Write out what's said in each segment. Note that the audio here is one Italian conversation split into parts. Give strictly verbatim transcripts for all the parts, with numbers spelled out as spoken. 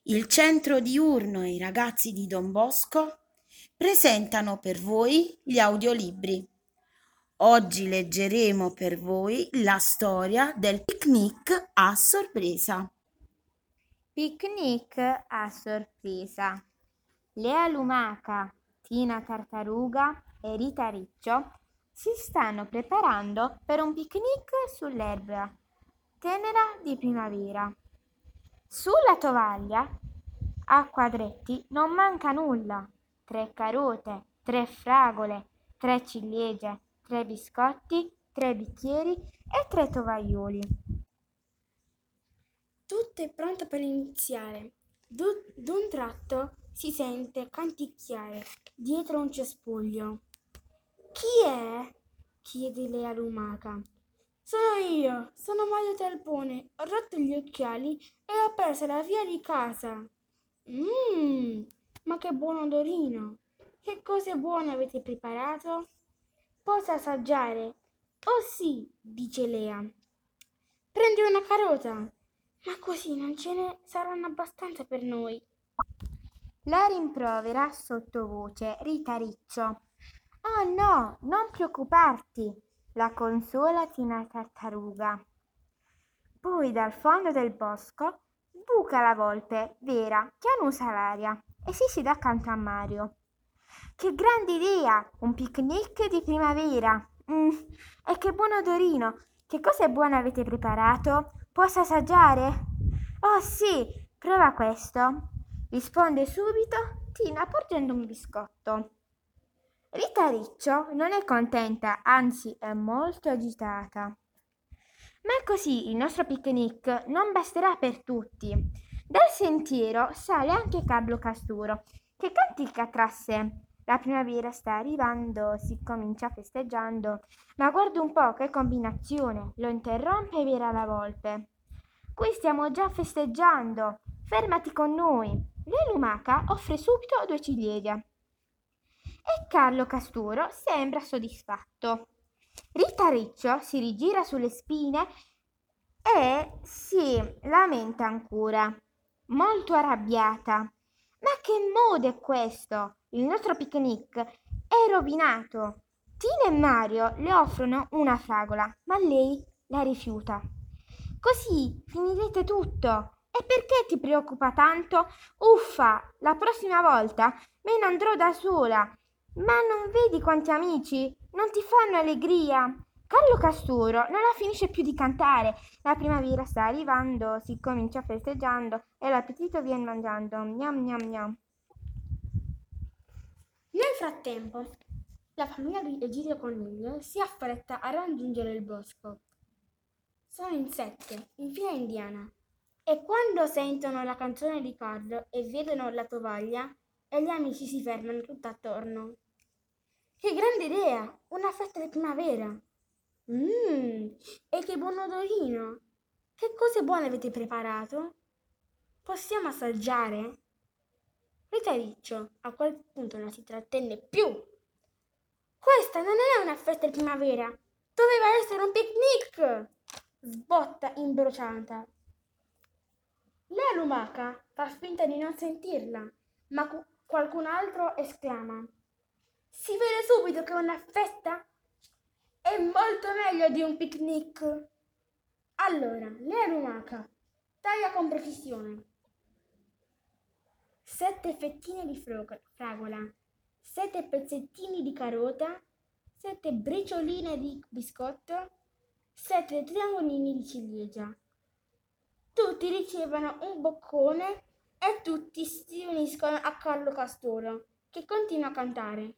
Il centro diurno e i ragazzi di Don Bosco presentano per voi gli audiolibri. Oggi leggeremo per voi la storia del picnic a sorpresa. Picnic a sorpresa. Lea Lumaca, Tina Tartaruga e Rita Riccio si stanno preparando per un picnic sull'erba tenera di primavera. Sulla tovaglia, a quadretti, non manca nulla. Tre carote, tre fragole, tre ciliegie, tre biscotti, tre bicchieri e tre tovaglioli. Tutto è pronto per iniziare. Du- d'un tratto si sente canticchiare dietro un cespuglio. Chi è? Chiede Lea Lumaca. Sono io, sono Mario Talpone. Ho rotto gli occhiali e ho perso la via di casa. Mmm, ma che buon odorino! Che cose buone avete preparato? Posso assaggiare? Oh sì, dice Lea. Prendi una carota, ma così non ce ne saranno abbastanza per noi. La rimprovera sottovoce Rita Riccio. Oh no, non preoccuparti, la consola Tina Tartaruga. Poi dal fondo del bosco buca la volpe Vera che annusa l'aria e si siede accanto a Mario. Che grande idea! Un picnic di primavera! Mm, e che buon odorino! Che cose buone avete preparato? Posso assaggiare? Oh sì, prova questo, risponde subito Tina porgendo un biscotto. Rita Riccio non è contenta, anzi è molto agitata. Ma così il nostro picnic non basterà per tutti. Dal sentiero sale anche Carlo Casturo, che cantica tra sé. La primavera sta arrivando, si comincia festeggiando. Ma guarda un po' che combinazione, lo interrompe Vera la volpe. Qui stiamo già festeggiando, fermati con noi. La lumaca offre subito due ciliegie. E Carlo Casturo sembra soddisfatto. Rita Riccio si rigira sulle spine e si lamenta ancora, molto arrabbiata. Ma che modo è questo? Il nostro picnic è rovinato. Tina e Mario le offrono una fragola, ma lei la rifiuta. Così finirete tutto. E perché ti preoccupa tanto? Uffa, la prossima volta me ne andrò da sola. Ma non vedi quanti amici? Non ti fanno allegria? Carlo Casturo non la finisce più di cantare. La primavera sta arrivando, si comincia festeggiando e l'appetito viene mangiando. Gnam gnam gnam. Nel frattempo, la famiglia di Egidio Coniglio si affretta a raggiungere il bosco. Sono in sette, in fila indiana, e quando sentono la canzone di Carlo e vedono la tovaglia, e gli amici si fermano tutt'attorno. Che grande idea! Una festa di primavera! Mmm, e che buon odorino! Che cose buone avete preparato? Possiamo assaggiare? Rita Riccio a quel punto non si trattenne più. Questa non è una festa di primavera, doveva essere un picnic! Sbotta imbronciata. La lumaca fa finta di non sentirla, ma cu- qualcun altro esclama. Si vede subito che una festa è molto meglio di un picnic. Allora, la lumaca taglia con precisione sette fettine di frog- fragola, sette pezzettini di carota, sette bricioline di biscotto, sette triangolini di ciliegia. Tutti ricevono un boccone e tutti si uniscono a Carlo Castoro, che continua a cantare.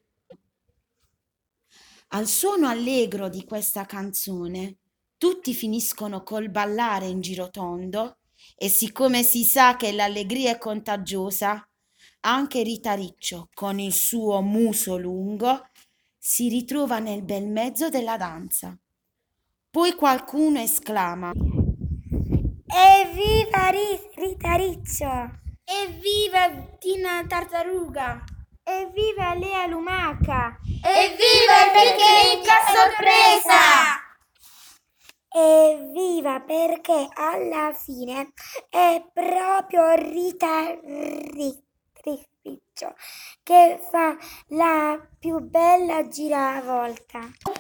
Al suono allegro di questa canzone, tutti finiscono col ballare in girotondo e siccome si sa che l'allegria è contagiosa, anche Rita Riccio, con il suo muso lungo, si ritrova nel bel mezzo della danza. Poi qualcuno esclama: Evviva Rita Riccio! Evviva Tina Tartaruga! Evviva Lea Lumaca! Evviva il picnic a sorpresa! Evviva, perché alla fine è proprio Rita Ri- Ri- Riccio che fa la più bella giravolta.